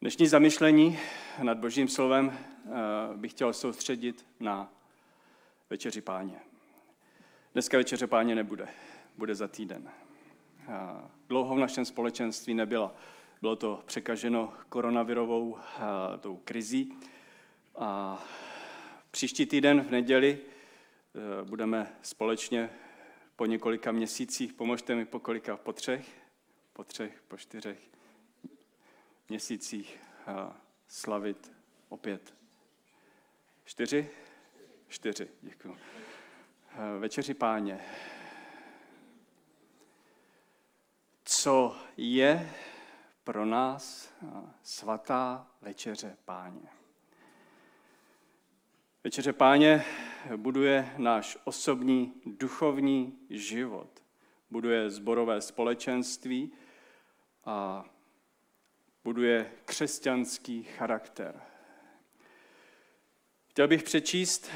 Dnešní zamyšlení nad Božím slovem bych chtěl soustředit na večeři Páně. Dneska večeře Páně nebude, bude za týden. Dlouho v našem společenství nebyla. Bylo to překaženo koronavirovou tou krizí. A příští týden v neděli budeme společně po několika měsících, pomožte mi po kolika, po 4 měsících slavit opět 4, děkuji. Večeři Páně. Co je pro nás svatá večeře Páně? Večeře Páně buduje náš osobní duchovní život, buduje sborové společenství a buduje křesťanský charakter. Chtěl bych přečíst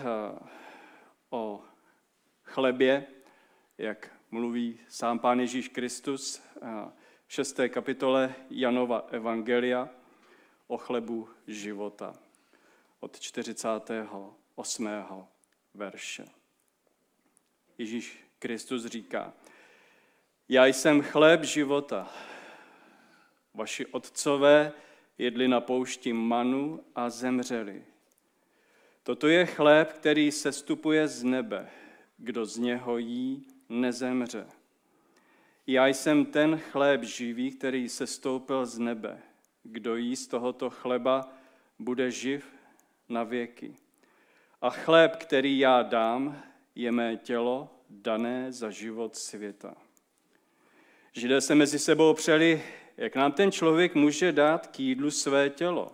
o chlebě, jak mluví sám Pán Ježíš Kristus v 6. kapitole Janova evangelia o chlebu života od 48. verše. Ježíš Kristus říká: Já jsem chléb života. Vaši otcové jedli na poušti manu a zemřeli. Toto je chléb, který sestupuje z nebe. Kdo z něho jí, nezemře. Já jsem ten chléb živý, který sestoupil z nebe. Kdo jí z tohoto chleba, bude živ na věky. A chléb, který já dám, je mé tělo dané za život světa. Židé se mezi sebou přeli, jak nám ten člověk může dát k jídlu své tělo.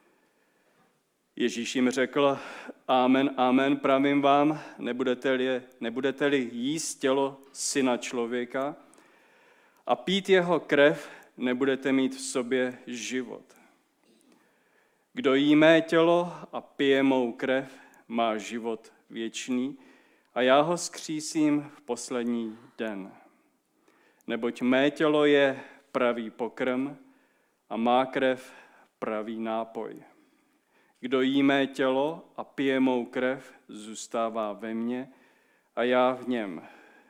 Ježíš jim řekl: Amen, amen, pravím vám, nebudete-li jíst tělo Syna člověka a pít jeho krev, nebudete mít v sobě život. Kdo jí mé tělo a pije mou krev, má život věčný a já ho vzkřísím v poslední den. Neboť mé tělo je pravý pokrm a má krev pravý nápoj. Kdo jí mé tělo a pije mou krev, zůstává ve mně a já v něm.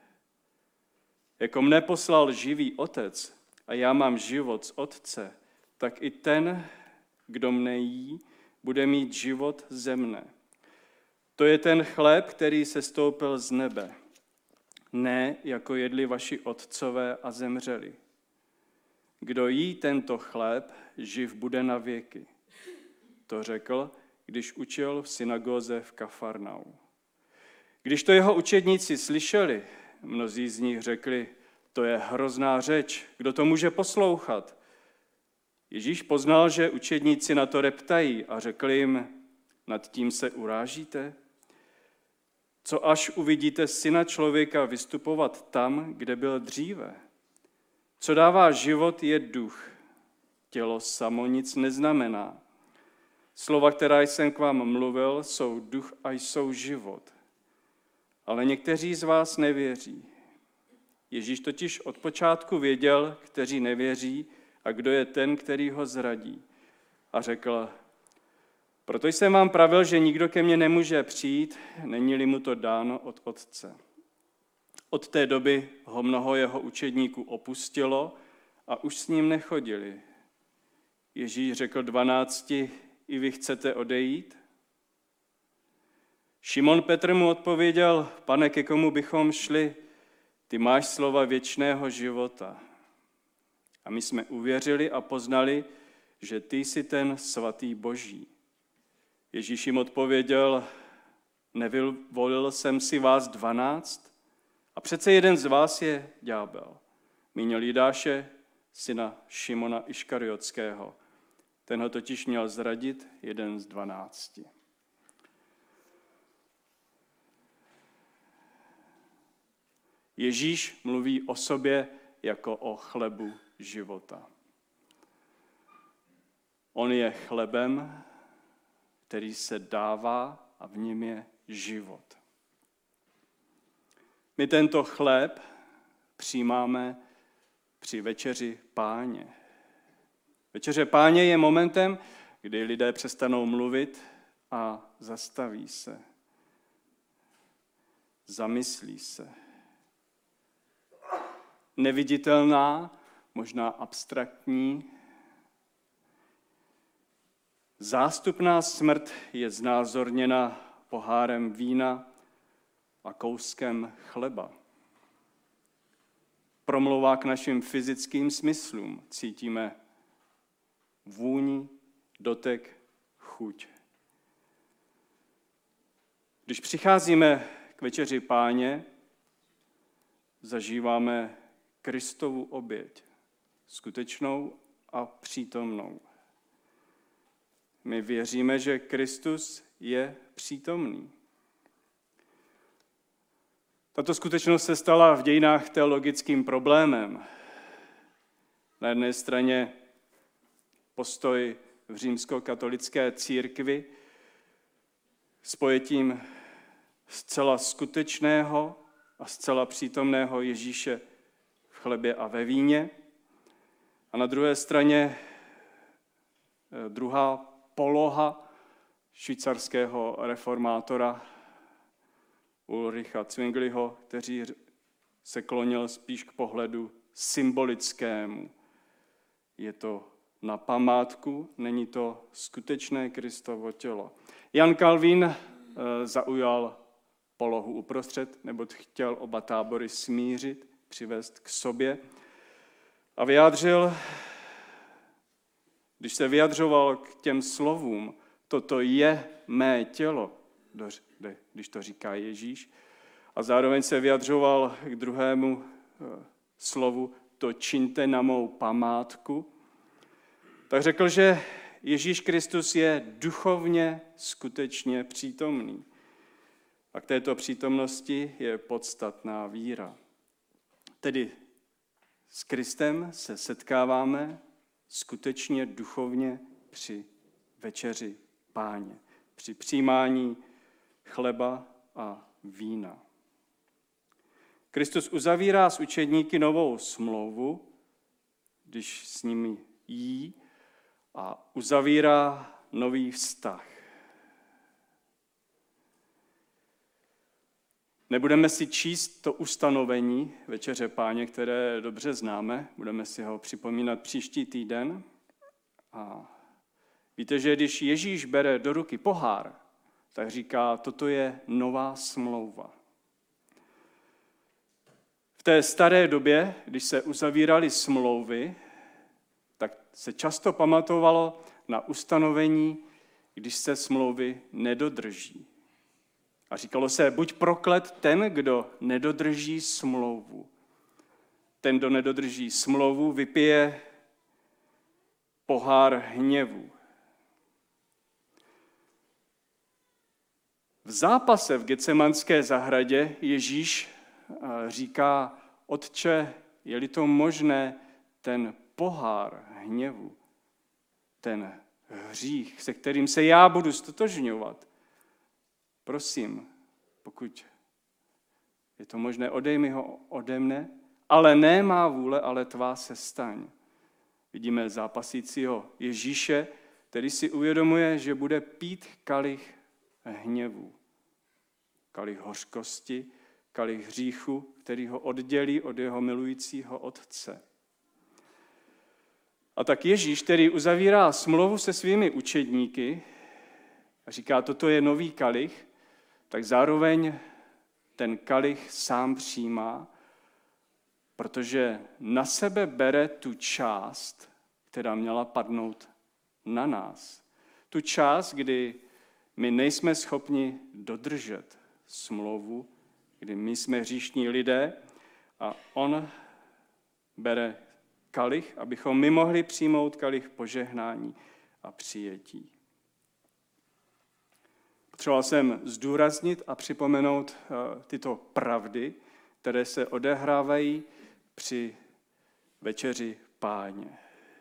Jako mne poslal živý Otec a já mám život z Otce, tak i ten, kdo mne jí, bude mít život ze mne. To je ten chléb, který sestoupil z nebe. Ne, jako jedli vaši otcové a zemřeli. Kdo jí tento chléb, živ bude na věky. To řekl, když učil v synagóze v Kafarnau. Když to jeho učedníci slyšeli, mnozí z nich řekli: To je hrozná řeč, kdo to může poslouchat? Ježíš poznal, že učedníci na to reptají a řekl jim: Nad tím se urážíte? Co až uvidíte Syna člověka vystupovat tam, kde byl dříve? Co dává život, je duch. Tělo samo nic neznamená. Slova, která jsem k vám mluvil, jsou duch a jsou život. Ale někteří z vás nevěří. Ježíš totiž od počátku věděl, kteří nevěří a kdo je ten, který ho zradí. A řekl: Proto jsem vám pravil, že nikdo ke mně nemůže přijít, není-li mu to dáno od Otce. Od té doby ho mnoho jeho učedníků opustilo a už s ním nechodili. Ježíš řekl 12: I vy chcete odejít? Šimon Petr mu odpověděl: Pane, ke komu bychom šli? Ty máš slova věčného života. A my jsme uvěřili a poznali, že ty jsi ten svatý Boží. Ježíš jim odpověděl: Nevyvolil jsem si vás 12? A přece jeden z vás je ďábel. Mínil Jidáše, syna Šimona Iškariotského. Ten ho totiž měl zradit, jeden z 12. Ježíš mluví o sobě jako o chlebu života. On je chlebem, který se dává a v něm je život. My tento chléb přijímáme při večeři Páně. Večeře Páně je momentem, kdy lidé přestanou mluvit a zastaví se. Zamyslí se. Neviditelná, možná abstraktní, zástupná smrt je znázorněna pohárem vína a kouskem chleba. Promlouvá k našim fyzickým smyslům. Cítíme vůni, dotek, chuť. Když přicházíme k večeři Páně, zažíváme Kristovu oběť, skutečnou a přítomnou. My věříme, že Kristus je přítomný. Tato skutečnost se stala v dějinách teologickým problémem. Na jedné straně postoj v římskokatolické církvi s pojetím zcela skutečného a zcela přítomného Ježíše v chlebě a ve víně. A na druhé straně druhá poloha švýcarského reformátora Ulricha Zwingliho, který se klonil spíš k pohledu symbolickému. Je to na památku, není to skutečné Kristovo tělo. Jan Kalvín zaujal polohu uprostřed, nebo chtěl oba tábory smířit, přivést k sobě a vyjádřil, když se vyjadřoval k těm slovům, toto je mé tělo, když to říká Ježíš, a zároveň se vyjadřoval k druhému slovu, to čiňte na mou památku, tak řekl, že Ježíš Kristus je duchovně skutečně přítomný. A k této přítomnosti je podstatná víra. Tedy s Kristem se setkáváme skutečně duchovně při večeři Páně, při přijímání chleba a vína. Kristus uzavírá s učedníky novou smlouvu, když s nimi jí, a uzavírá nový vztah. Nebudeme si číst to ustanovení večeře Páně, které dobře známe, budeme si ho připomínat příští týden. A víte, že když Ježíš bere do ruky pohár, tak říká, toto je nová smlouva. V té staré době, když se uzavíraly smlouvy, tak se často pamatovalo na ustanovení, když se smlouvy nedodrží. A říkalo se, buď proklet ten, kdo nedodrží smlouvu. Ten, kdo nedodrží smlouvu, vypije pohár hněvu. V zápase v Getsemanské zahradě Ježíš říká, Otče, je-li to možné, ten pohár hněvu, ten hřích, se kterým se já budu stotožňovat, prosím, pokud je to možné, odej mi ho ode mne, ale ne má vůle, ale tvá se staň. Vidíme zápasícího Ježíše, který si uvědomuje, že bude pít kalich hněvu, kalich hořkosti, kalich hříchu, který ho oddělí od jeho milujícího Otce. A tak Ježíš, který uzavírá smlouvu se svými učedníky a říká, toto je nový kalich, tak zároveň ten kalich sám přijímá, protože na sebe bere tu část, která měla padnout na nás. Tu část, kdy my nejsme schopni dodržet smlouvu, kdy my jsme hříšní lidé a on bere kalich, abychom my mohli přijmout kalich požehnání a přijetí. Potřeboval jsem zdůraznit a připomenout tyto pravdy, které se odehrávají při večeři Páně.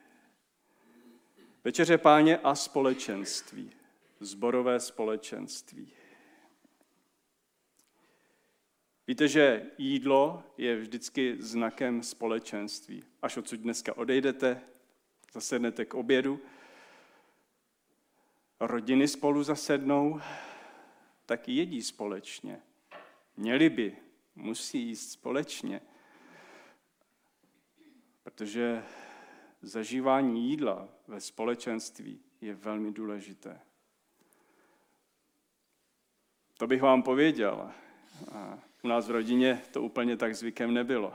Večeře Páně a společenství, sborové společenství. Víte, že jídlo je vždycky znakem společenství. Až odsud dneska odejdete, zasednete k obědu, rodiny spolu zasednou, tak jedí společně. Měli by, musí jíst společně, protože zažívání jídla ve společenství je velmi důležité. To bych vám pověděl. A u nás v rodině to úplně tak zvykem nebylo.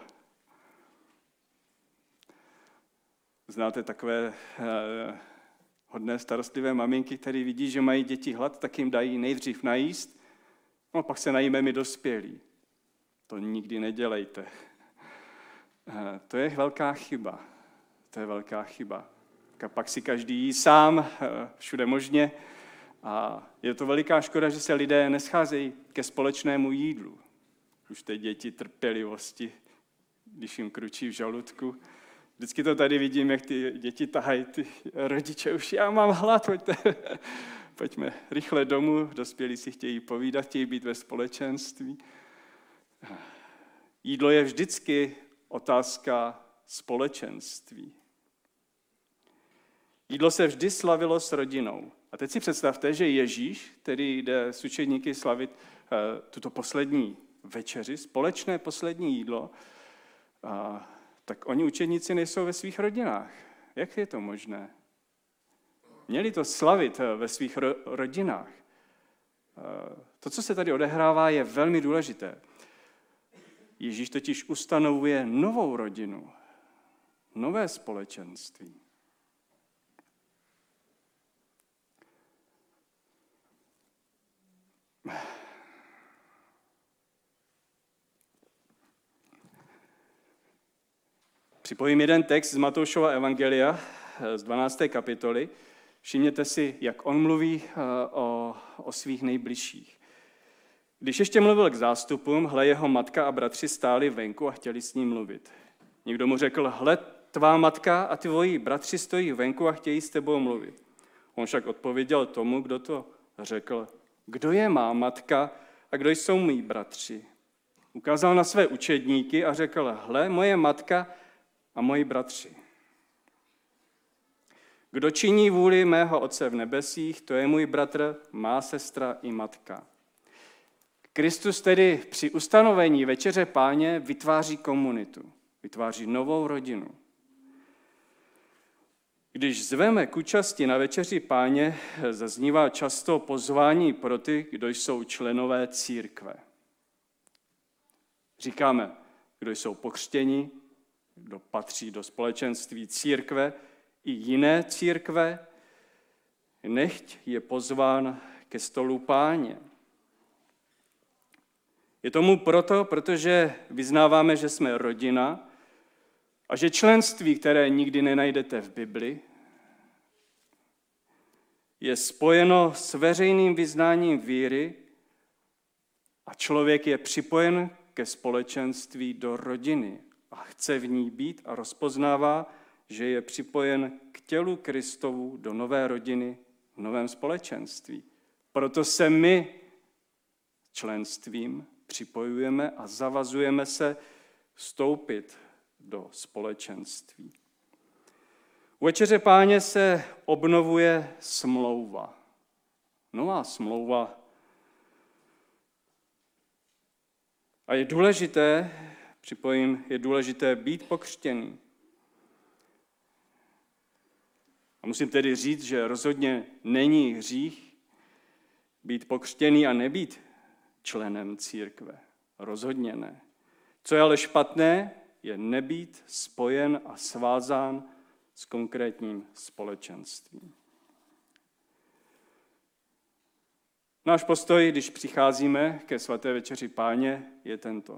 Znáte takové hodné starostlivé maminky, které vidí, že mají děti hlad, tak jim dají nejdřív najíst, no pak se najíme my dospělí. To nikdy nedělejte. To je velká chyba. To je velká chyba. A pak si každý jí sám, všude možně. A je to veliká škoda, že se lidé nescházejí ke společnému jídlu. Už ty děti trpělivosti, když jim kručí v žaludku. Vždycky to tady vidím, jak ty děti tahají, ty rodiče už, já mám hlad, pojďme rychle domů, dospělí si chtějí povídat, chtějí být ve společenství. Jídlo je vždycky otázka společenství. Jídlo se vždy slavilo s rodinou. A teď si představte, že Ježíš, který jde s učedníky slavit tuto poslední večeři, společné poslední jídlo, tak oni učedníci nejsou ve svých rodinách. Jak je to možné? Měli to slavit ve svých rodinách. To, co se tady odehrává, je velmi důležité. Ježíš totiž ustanovuje novou rodinu, nové společenství. Připojím jeden text z Matoušova evangelia z 12. kapitoly. Všimněte si, jak on mluví o svých nejbližších. Když ještě mluvil k zástupům, hle, jeho matka a bratři stáli venku a chtěli s ním mluvit. Někdo mu řekl, hle, tvá matka a tvoji bratři stojí venku a chtějí s tebou mluvit. On však odpověděl tomu, kdo to řekl, kdo je má matka a kdo jsou mý bratři. Ukázal na své učedníky a řekl, hle, moje matka a moji bratři. Kdo činí vůli mého Otce v nebesích, to je můj bratr, má sestra i matka. Kristus tedy při ustanovení večeře Páně vytváří komunitu, vytváří novou rodinu. Když zveme k účasti na večeři Páně, zaznívá často pozvání pro ty, kdo jsou členové církve. Říkáme, kdo jsou pokřtěni, kdo patří do společenství církve i jiné církve, nechť je pozván ke stolu Páně. Je tomu proto, protože vyznáváme, že jsme rodina a že členství, které nikdy nenajdete v Bibli, je spojeno s veřejným vyznáním víry a člověk je připojen ke společenství do rodiny a chce v ní být a rozpoznává, že je připojen k tělu Kristovu do nové rodiny v novém společenství. Proto se my členstvím připojujeme a zavazujeme se vstoupit do společenství. U večeře Páně se obnovuje smlouva. Nová smlouva. A je důležité, připojím, je důležité být pokřtěný. A musím tedy říct, že rozhodně není hřích být pokřtěný a nebýt členem církve. Rozhodně ne. Co je ale špatné, je nebýt spojen a svázán s konkrétním společenstvím. Náš postoj, když přicházíme ke svaté večeři Páně, je tento.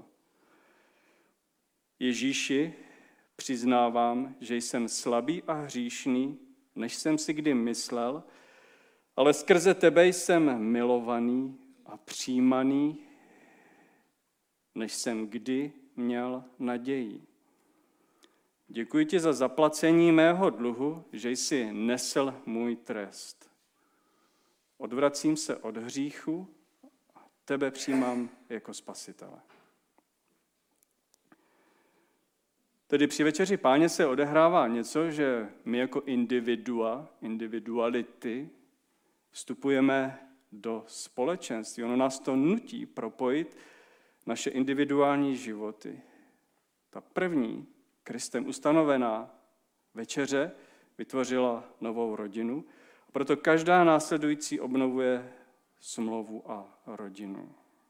Ježíši, přiznávám, že jsem slabý a hříšný, než jsem si kdy myslel, ale skrze tebe jsem milovaný a přijímaný, než jsem kdy měl naději. Děkuji ti za zaplacení mého dluhu, že jsi nesl můj trest. Odvracím se od hříchu a tebe přijímám jako spasitele. Tedy při večeři Páně se odehrává něco, že my jako individuality vstupujeme do společenství. Ono nás to nutí propojit naše individuální životy. Ta první, Kristem ustanovená večeře, vytvořila novou rodinu. A proto každá následující obnovuje smlouvu a rodinu.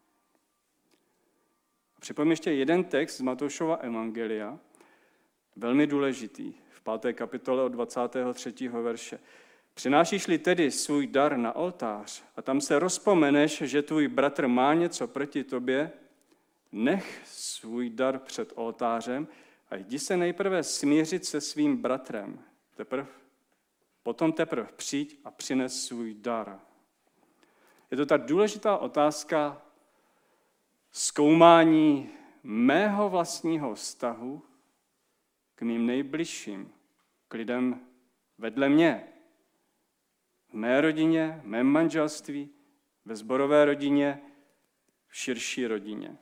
Připomínám ještě jeden text z Matoušova evangelia, velmi důležitý, v 5. kapitole od 23. verše. Přinášíš-li tedy svůj dar na oltář a tam se rozpomeneš, že tvůj bratr má něco proti tobě, nech svůj dar před oltářem a jdi se nejprve smířit se svým bratrem. Potom teprve přijď a přines svůj dar. Je to ta důležitá otázka zkoumání mého vlastního vztahu k mým nejbližším, k lidem vedle mě. V mé rodině, v mém manželství, ve sborové rodině, v širší rodině.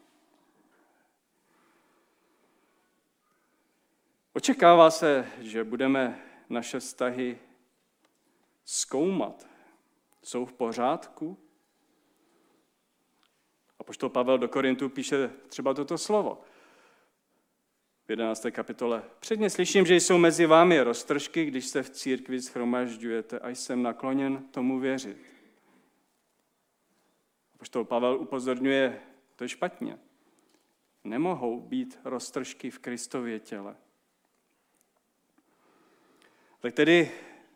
Očekává se, že budeme naše vztahy zkoumat. Jsou v pořádku? Apoštol Pavel do Korintů píše třeba toto slovo. V 11. kapitole. Předně slyším, že jsou mezi vámi roztržky, když se v církvi shromažďujete a jsem nakloněn tomu věřit. Apoštol Pavel upozorňuje, to je špatně. Nemohou být roztržky v Kristově těle. Tak tedy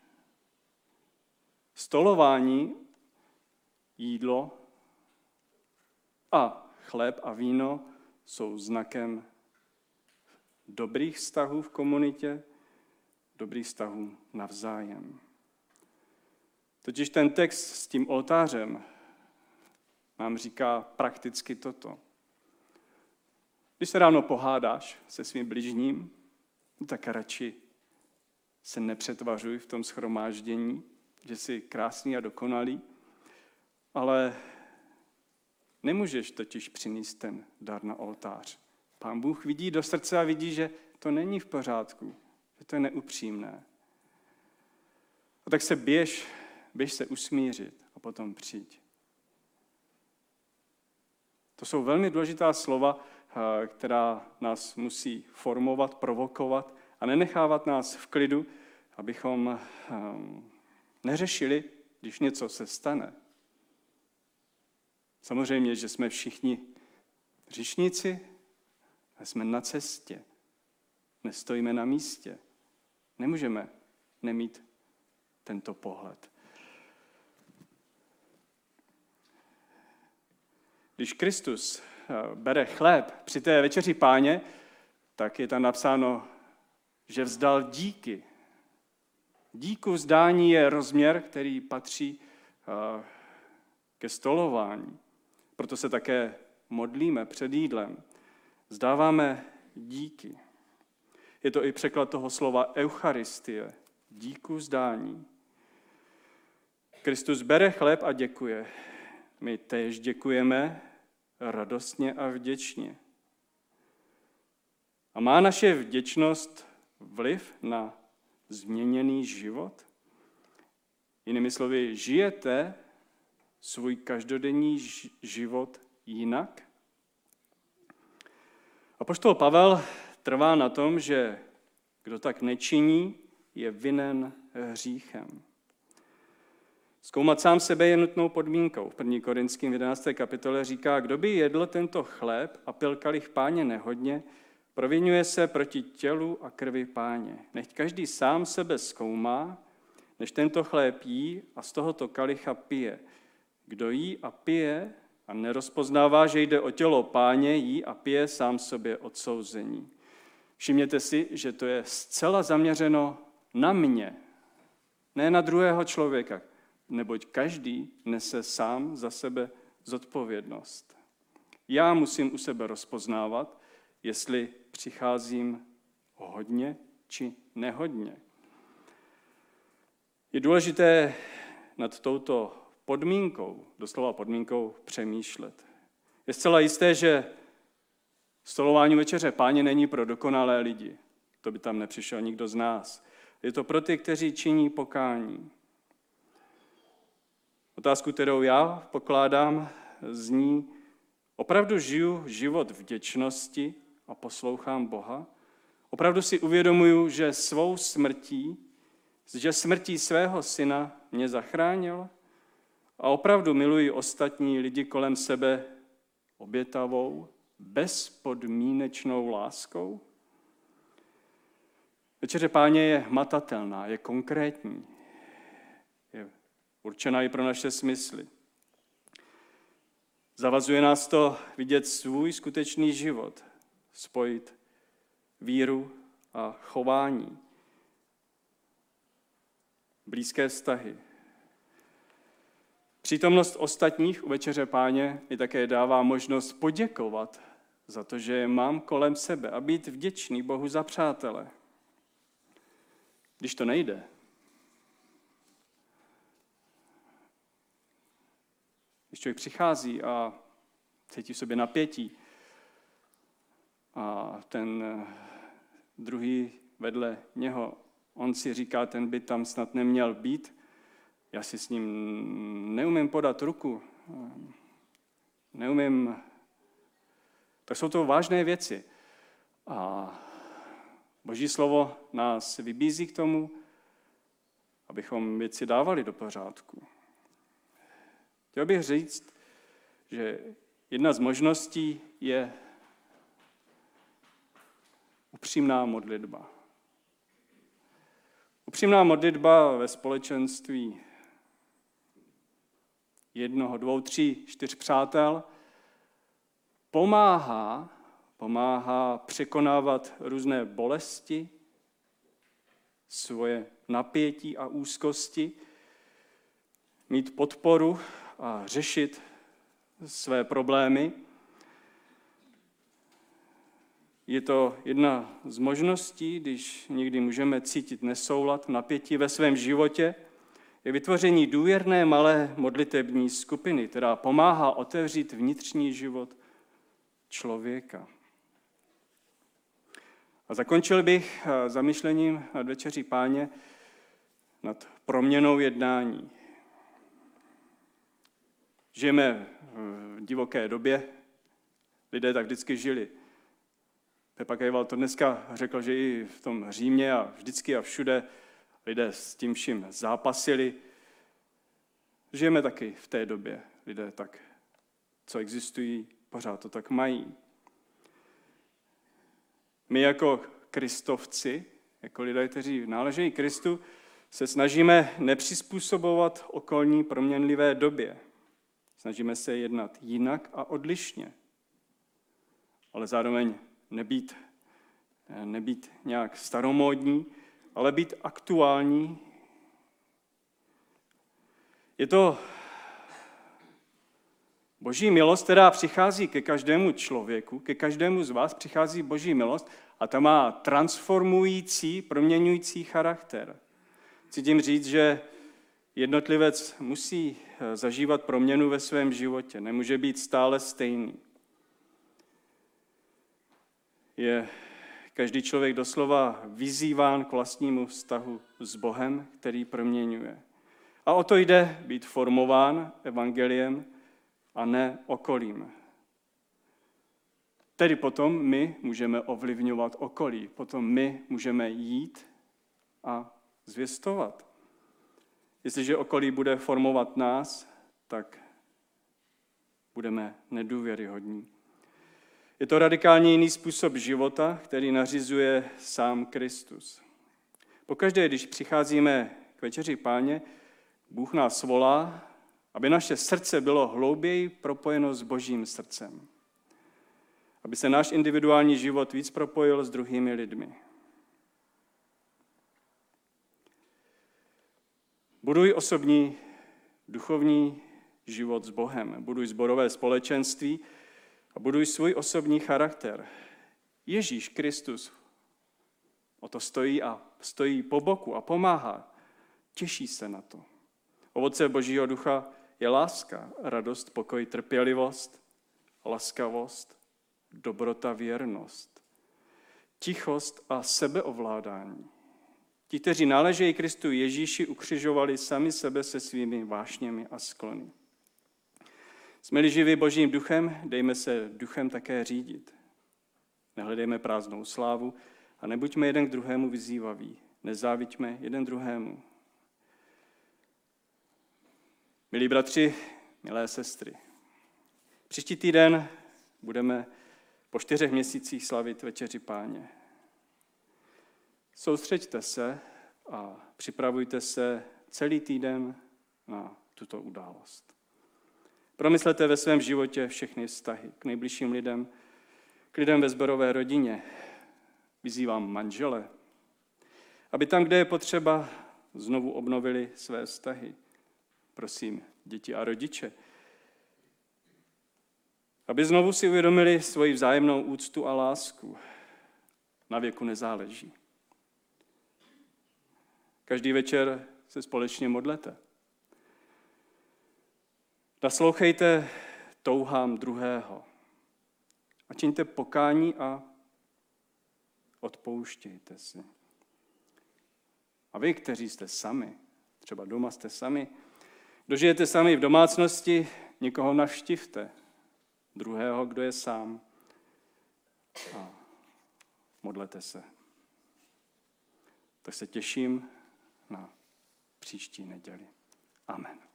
stolování, jídlo a chléb a víno jsou znakem dobrých vztahů v komunitě, dobrých vztahů navzájem. Totiž ten text s tím oltářem nám říká prakticky toto. Když se ráno pohádáš se svým bližním, tak radši se nepřetvařuj v tom shromáždění, že jsi krásný a dokonalý, ale nemůžeš totiž přinést ten dar na oltář. Pán Bůh vidí do srdce a vidí, že to není v pořádku, že to je neupřímné. A tak se běž se usmířit a potom přijď. To jsou velmi důležitá slova, která nás musí formovat, provokovat a nenechávat nás v klidu, abychom neřešili, když něco se stane. Samozřejmě, že jsme všichni hříšníci a jsme na cestě. Nestojíme na místě. Nemůžeme nemít tento pohled. Když Kristus bere chléb při té večeři Páně, tak je tam napsáno, že vzdal díky. Díku vzdání je rozměr, který patří ke stolování. Proto se také modlíme před jídlem. Vzdáváme díky. Je to i překlad toho slova eucharistie, díku vzdání. Kristus bere chléb a děkuje. My též děkujeme radostně a vděčně. A má naše vděčnost vliv na změněný život? Jinými slovy, žijete svůj každodenní život jinak? Apoštol Pavel trvá na tom, že kdo tak nečiní, je vinen hříchem. Zkoumat sám sebe je nutnou podmínkou. V 1. Korinským 11. kapitole říká, kdo by jedl tento chléb a pil kalich Páně nehodně, proviňuje se proti tělu a krvi Páně. Nechť každý sám sebe zkoumá, než tento chléb jí a z tohoto kalicha pije. Kdo jí a pije a nerozpoznává, že jde o tělo Páně, jí a pije sám sobě odsouzení. Všimněte si, že to je zcela zaměřeno na mě, ne na druhého člověka, neboť každý nese sám za sebe zodpovědnost. Já musím u sebe rozpoznávat, jestli přicházím hodně či nehodně. Je důležité nad touto podmínkou, doslova podmínkou, přemýšlet. Je zcela jisté, že stolování večeře Páně není pro dokonalé lidi. To by tam nepřišel nikdo z nás. Je to pro ty, kteří činí pokání. Otázku, kterou já pokládám, zní, opravdu žiju život vděčnosti a poslouchám Boha? Opravdu si uvědomuju, že svou smrtí, že smrtí svého syna mě zachránil? A opravdu miluji ostatní lidi kolem sebe obětavou, bezpodmínečnou láskou? Večeře Páně je hmatatelná, je konkrétní, je určená i pro naše smysly. Zavazuje nás to vidět svůj skutečný život, spojit víru a chování, blízké vztahy. Přítomnost ostatních u Večeře Páně mi také dává možnost poděkovat za to, že je mám kolem sebe a být vděčný Bohu za přátele. Když to nejde, když člověk přichází a cítí v sobě napětí a ten druhý vedle něho, on si říká, ten by tam snad neměl být, já si s ním neumím podat ruku, neumím, tak jsou to vážné věci. A Boží slovo nás vybízí k tomu, abychom věci dávali do pořádku. Chtěl bych říct, že jedna z možností je upřímná modlitba. Upřímná modlitba ve společenství 1, 2, 3, 4 přátel pomáhá překonávat různé bolesti, svoje napětí a úzkosti, mít podporu a řešit své problémy. Je to jedna z možností, když někdy můžeme cítit nesoulad, napětí ve svém životě, je vytvoření důvěrné malé modlitební skupiny, která pomáhá otevřít vnitřní život člověka. A zakončil bych zamyšlením nad Večeří Páně nad proměnou jednání. Žijeme v divoké době, lidé tak vždycky žili. Pepa Kejval to dneska řekl, že i v tom Římě a vždycky a všude lidé s tím vším zápasili. Žijeme taky v té době. Lidé tak, co existují, pořád to tak mají. My jako kristovci, jako lidé, kteří náležejí Kristu, se snažíme nepřizpůsobovat okolní proměnlivé době. Snažíme se jednat jinak a odlišně, ale zároveň nebýt nějak staromódní, ale být aktuální. Je to Boží milost, která přichází ke každému člověku, ke každému z vás přichází Boží milost a ta má transformující, proměňující charakter. Chci tím říct, že jednotlivec musí zažívat proměnu ve svém životě, nemůže být stále stejný. Je každý člověk doslova vyzýván k vlastnímu vztahu s Bohem, který proměňuje. A o to jde být formován evangeliem a ne okolím. Tedy potom my můžeme ovlivňovat okolí, potom my můžeme jít a zvěstovat. Jestliže okolí bude formovat nás, tak budeme nedůvěryhodní. Je to radikálně jiný způsob života, který nařizuje sám Kristus. Pokaždé, když přicházíme k Večeři Páně, Bůh nás volá, aby naše srdce bylo hlouběji propojeno s Božím srdcem. Aby se náš individuální život víc propojil s druhými lidmi. Buduj osobní, duchovní život s Bohem. Buduj sborové společenství a buduj svůj osobní charakter. Ježíš Kristus o to stojí po boku a pomáhá. Těší se na to. Ovoce Božího ducha je láska, radost, pokoj, trpělivost, laskavost, dobrota, věrnost. tichost a sebeovládání. Ti, kteří náležejí Kristu Ježíši, ukřižovali sami sebe se svými vášněmi a sklony. Jsme-li živi Božím duchem, dejme se duchem také řídit. Nehledejme prázdnou slávu a nebuďme jeden k druhému vyzývaví. Nezáviďme jeden druhému. Milí bratři, milé sestry, příští týden budeme po 4 měsících slavit Večeři Páně. Soustřeďte se a připravujte se celý týden na tuto událost. Promyslete ve svém životě všechny vztahy k nejbližším lidem, k lidem ve sborové rodině. Vyzývám manžele, aby tam, kde je potřeba, znovu obnovili své vztahy. Prosím, děti a rodiče, aby znovu si uvědomili svoji vzájemnou úctu a lásku. Na věku nezáleží. Každý večer se společně modlete. Naslouchejte touhám druhého a čiňte pokání a odpouštějte si. A vy, kteří jste sami, třeba doma jste sami, dožijete sami v domácnosti, někoho navštivte, druhého, kdo je sám, a modlete se. Tak se těším na příští neděli. Amen.